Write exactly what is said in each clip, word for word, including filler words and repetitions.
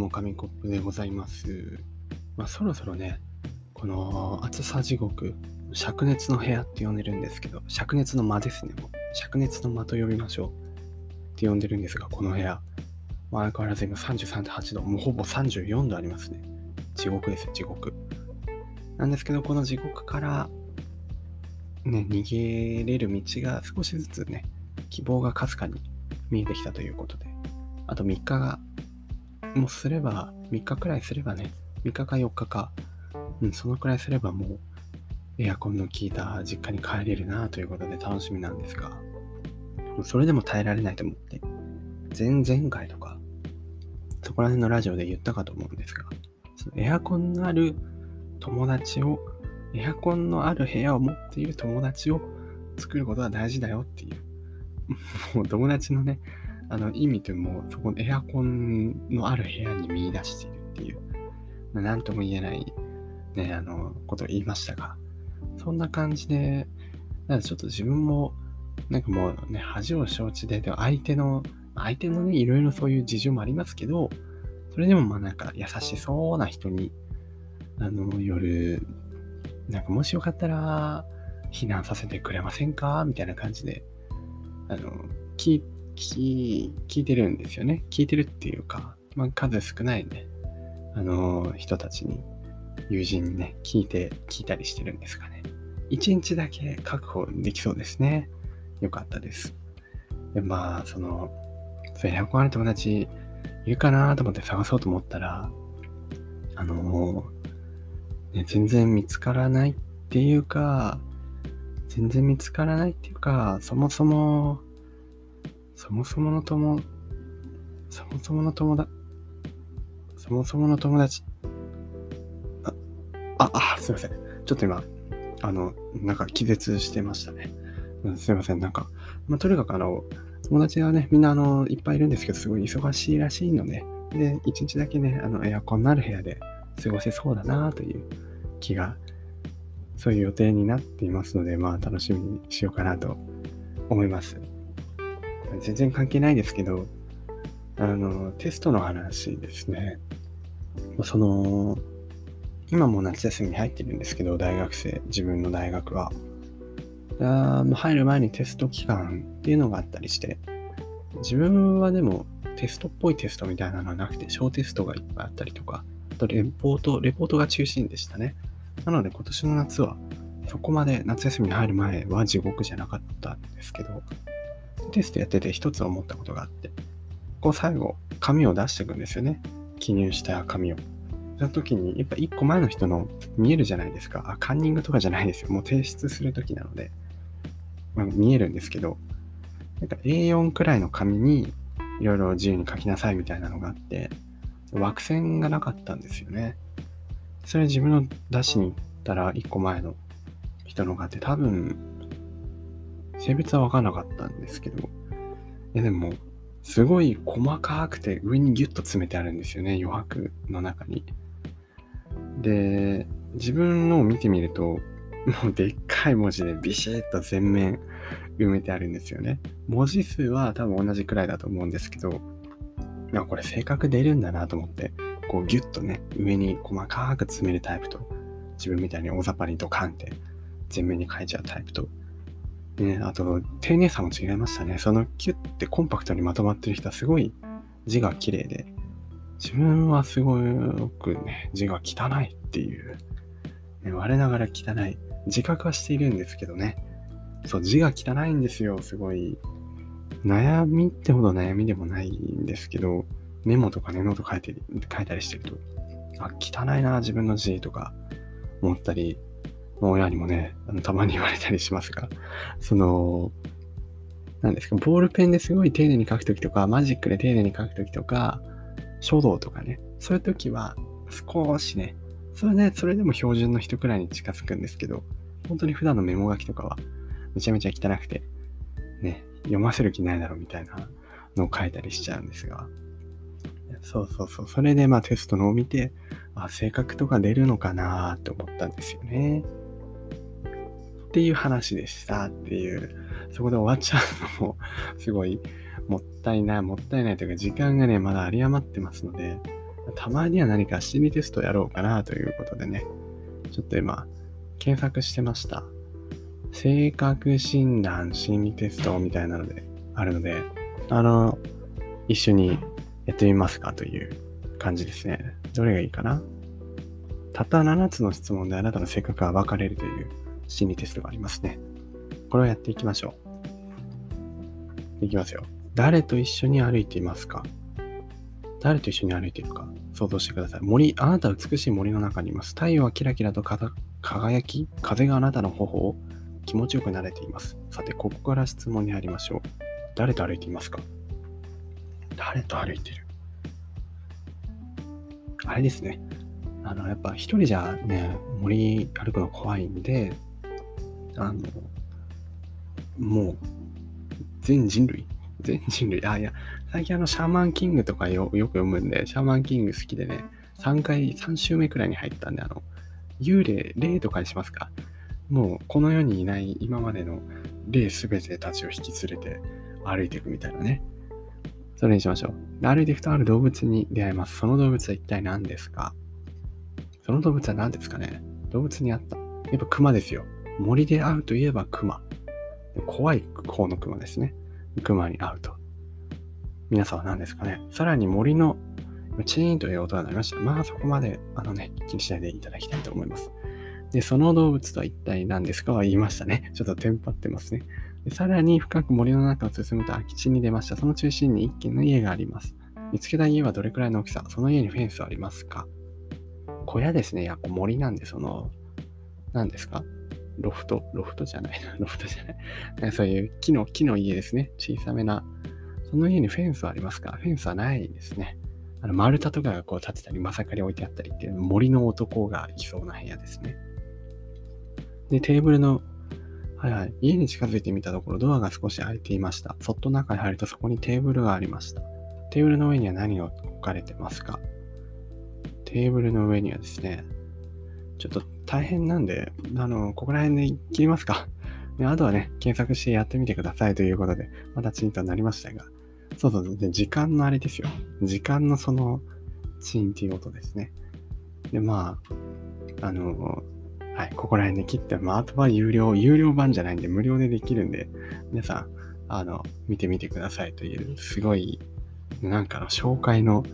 も紙コップでございます。まあ、そろそろね、この暑さ地獄、灼熱の部屋って呼んでるんですけど、灼熱の間ですね。もう灼熱の間と呼びましょうって呼んでるんですが、この部屋、まあ、相変わらず今 さんじゅうさんてんはちど、もうほぼさんじゅうよんどありますね。地獄ですよ、地獄。なんですけど、この地獄からね、逃げれる道が少しずつね、希望がかすかに見えてきたということで、あとみっかがもうすれば、みっかくらいすればね、みっかかよっかか、うん、そのくらいすればもうエアコンの効いた実家に帰れるなということで楽しみなんですが、それでも耐えられないと思って、前々回とか、そこら辺のラジオで言ったかと思うんですが、そのエアコンのある友達を、エアコンのある部屋を持っている友達を作ることが大事だよっていう、もう友達のね、あの意味というのもそこのエアコンのある部屋に見出しているっていう、なんとも言えないね、あのことを言いましたが、そんな感じで、なんかちょっと自分もなんかもうね、恥を承知で、で相手の相手のね、いろいろそういう事情もありますけど、それでもまあなんか優しそうな人にあの夜なんかもしよかったら避難させてくれませんかみたいな感じであの聞聞聞いてるんですよね。聞いてるっていうか、まあ、数少ないね、あの人たちに、友人にね、聞いて、聞いたりしてるんですがね。一日だけ確保できそうですね。よかったです。で、まあ、その、そうエアコンある友達いるかなと思って探そうと思ったら、あのね、全然見つからないっていうか、全然見つからないっていうか、そもそも、そもそもの友、そもそもの友達、そもそもの友達、あ、あ、あ、すいません。ちょっと今、あの、なんか気絶してましたね。うん、すいません。なんか、まあ、とにかくあの、友達はね、みんなあの、いっぱいいるんですけど、すごい忙しいらしいので、で、一日だけね、あの、エアコンのある部屋で過ごせそうだなという気が、そういう予定になっていますので、まあ、楽しみにしようかなと思います。全然関係ないですけど、あの、テストの話ですね。その、今も夏休みに入ってるんですけど、大学生、自分の大学は。あもう入る前にテスト期間っていうのがあったりして、自分はでもテストっぽいテストみたいなのはなくて、小テストがいっぱいあったりとか、あとレポート、レポートが中心でしたね。なので今年の夏は、そこまで夏休みに入る前は地獄じゃなかったんですけど、テストやってて一つ思ったことがあって、こう最後、紙を出していくんですよね。記入した紙を。その時に、やっぱ一個前の人の見えるじゃないですか。あ、カンニングとかじゃないですよ。もう提出する時なので、まあ、見えるんですけど、なんか エーよん くらいの紙にいろいろ自由に書きなさいみたいなのがあって、枠線がなかったんですよね。それ自分の出しに行ったら一個前の人のがあって、多分、性別は分からなかったんですけど、いやでも、すごい細かくて上にギュッと詰めてあるんですよね、余白の中に。で、自分のを見てみると、もうでっかい文字でビシッと全面埋めてあるんですよね。文字数は多分同じくらいだと思うんですけど、なんかこれ性格出るんだなと思って、こうギュッとね、上に細かく詰めるタイプと、自分みたいに大雑把にドカンって全面に書いちゃうタイプと、ね、あと丁寧さも違いましたね。そのキュッてコンパクトにまとまってる人はすごい字が綺麗で、自分はすごくね、字が汚いっていう、ね、我ながら汚い。自覚はしているんですけどね。そう、字が汚いんですよ、すごい。悩みってほど悩みでもないんですけど、メモとかね、ノート書いて、書いたりしてると、あ、汚いな、自分の字とか思ったり、親にもね、あのたまに言われたりしますが、その、なんですか、ボールペンですごい丁寧に書くときとか、マジックで丁寧に書くときとか、書道とかね、そういうときは少しね、それね、それでも標準の人くらいに近づくんですけど、本当に普段のメモ書きとかはめちゃめちゃ汚くて、ね、読ませる気ないだろうみたいなのを書いたりしちゃうんですが、そうそうそう、それでまあテストのを見て、あ、性格とか出るのかなと思ったんですよね。っていう話でしたっていう、そこで終わっちゃうのもすごいもったいない、もったいないというか時間がね、まだ有り余ってますので、 たまには何か心理テストやろうかなということでね、ちょっと今、検索してました。性格診断心理テストみたいなので、あるので、あの、一緒にやってみますかという感じですね。どれがいいかな？たったななつの質問であなたの性格が分かれるという心理テストがありますね。これをやっていきましょう。いきますよ。誰と一緒に歩いていますか？誰と一緒に歩いているか想像してください。森、あなたは美しい森の中にいます。太陽はキラキラと輝き、風があなたの頬を気持ちよく撫でています。さて、ここから質問に入りましょう。誰と歩いていますか？誰と歩いている？あれですね。あの、やっぱ一人じゃね、森歩くの怖いんで、あの、もう、全人類全人類あ、いや、最近あの、シャーマンキングとか よ, よく読むんで、シャーマンキング好きでね、さんかい、さん週目くらいに入ったんで、あの、幽霊、霊とかにしますか？もう、この世にいない今までの霊すべてたちを引き連れて歩いていくみたいなね。それにしましょう。で歩いていくとある動物に出会います。その動物は一体何ですか？その動物は何ですかね？動物にあった。やっぱ熊ですよ。森で会うといえば熊。怖い方の熊ですね。熊に会うと。皆さんは何ですかね？さらに森のチーンという音が鳴りました。まあそこまであのね、気にしないでいただきたいと思います。で、その動物とは一体何ですかは言いましたね。ちょっとテンパってますね。でさらに深く森の中を進むと空き地に出ました。その中心に一軒の家があります。見つけた家はどれくらいの大きさ？その家にフェンスはありますか？小屋ですね。やっぱ森なんで、その、何ですか？ロフトロフトじゃないな。ロフトじゃない。そういう木の、木の家ですね。小さめな。その家にフェンスはありますか？フェンスはないですね。あの丸太とかがこう立ってたり、まさかり置いてあったりっていう森の男がいそうな部屋ですね。で、テーブルの、はいはい、家に近づいてみたところ、ドアが少し開いていました。そっと中に入るとそこにテーブルがありました。テーブルの上には何が置かれてますか？テーブルの上にはですね、ちょっと大変なんで、あの、ここら辺で切りますか。であとはね、検索してやってみてくださいということで、またチンとなりましたが、そうそう、で時間のあれですよ。時間のその、チンっていう音ですね。で、まあ、あの、はい、ここら辺で切って、まあ、あとは有料、有料版じゃないんで、無料でできるんで、皆さん、あの、見てみてくださいという、すごい、なんかの紹介の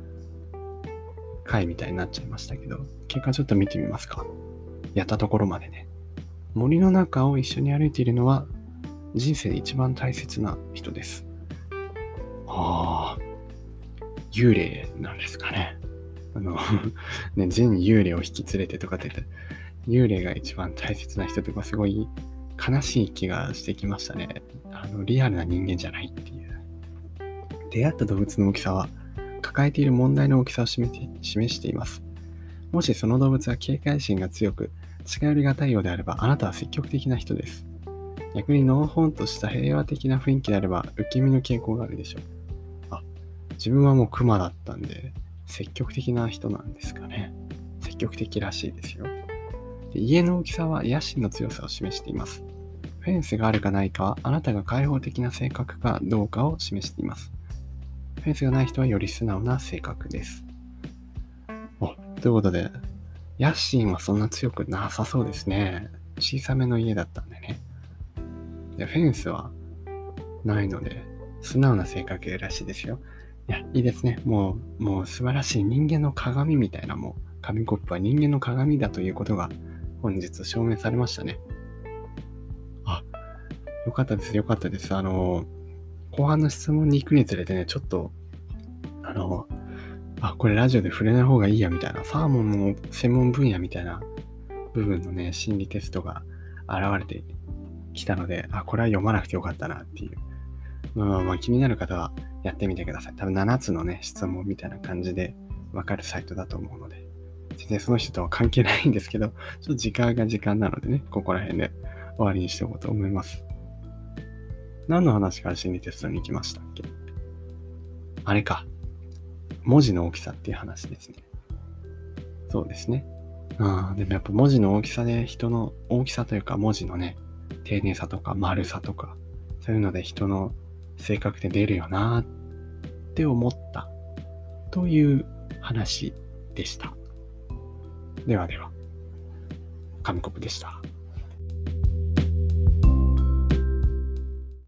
回みたいになっちゃいましたけど、結果ちょっと見てみますか。やったところまでね。森の中を一緒に歩いているのは、人生で一番大切な人です。ああ、幽霊なんですかね。あの、ね、全幽霊を引き連れてとかって言って、幽霊が一番大切な人とかすごい悲しい気がしてきましたね。あの、リアルな人間じゃないっていう。出会った動物の大きさは、抱えている問題の大きさを示て示しています。もしその動物は警戒心が強く、近寄りがたいようであれば、あなたは積極的な人です。逆にのうほんとした平和的な雰囲気であれば、受け身の傾向があるでしょう。あ、自分はもうクマだったんで、積極的な人なんですかね。積極的らしいですよ。で、家の大きさは野心の強さを示しています。フェンスがあるかないかは、あなたが開放的な性格かどうかを示しています。フェンスがない人はより素直な性格です。お、ということで、野心はそんな強くなさそうですね。小さめの家だったんでね。で、フェンスはないので、素直な性格らしいですよ。いや、いいですね。もう、もう素晴らしい人間の鏡みたいな、もう、紙コップは人間の鏡だということが本日証明されましたね。あ、よかったです、よかったです。あの、後半の質問に行くにつれてね、ちょっと、あの、あ、これラジオで触れない方がいいやみたいな、サーモンの専門分野みたいな部分のね、心理テストが現れてきたので、あ、これは読まなくてよかったなっていう。まあまあ気になる方はやってみてください。多分ななつのね、質問みたいな感じでわかるサイトだと思うので、全然その人とは関係ないんですけど、ちょっと時間が時間なのでね、ここら辺で終わりにしておこうと思います。何の話から心理テストに行きましたっけ？あれか。文字の大きさっていう話ですね。そうですね。ああ、でもやっぱ文字の大きさで人の大きさというか文字のね、丁寧さとか丸さとか、そういうので人の性格って出るよなって思ったという話話でした。ではでは、紙コップでした。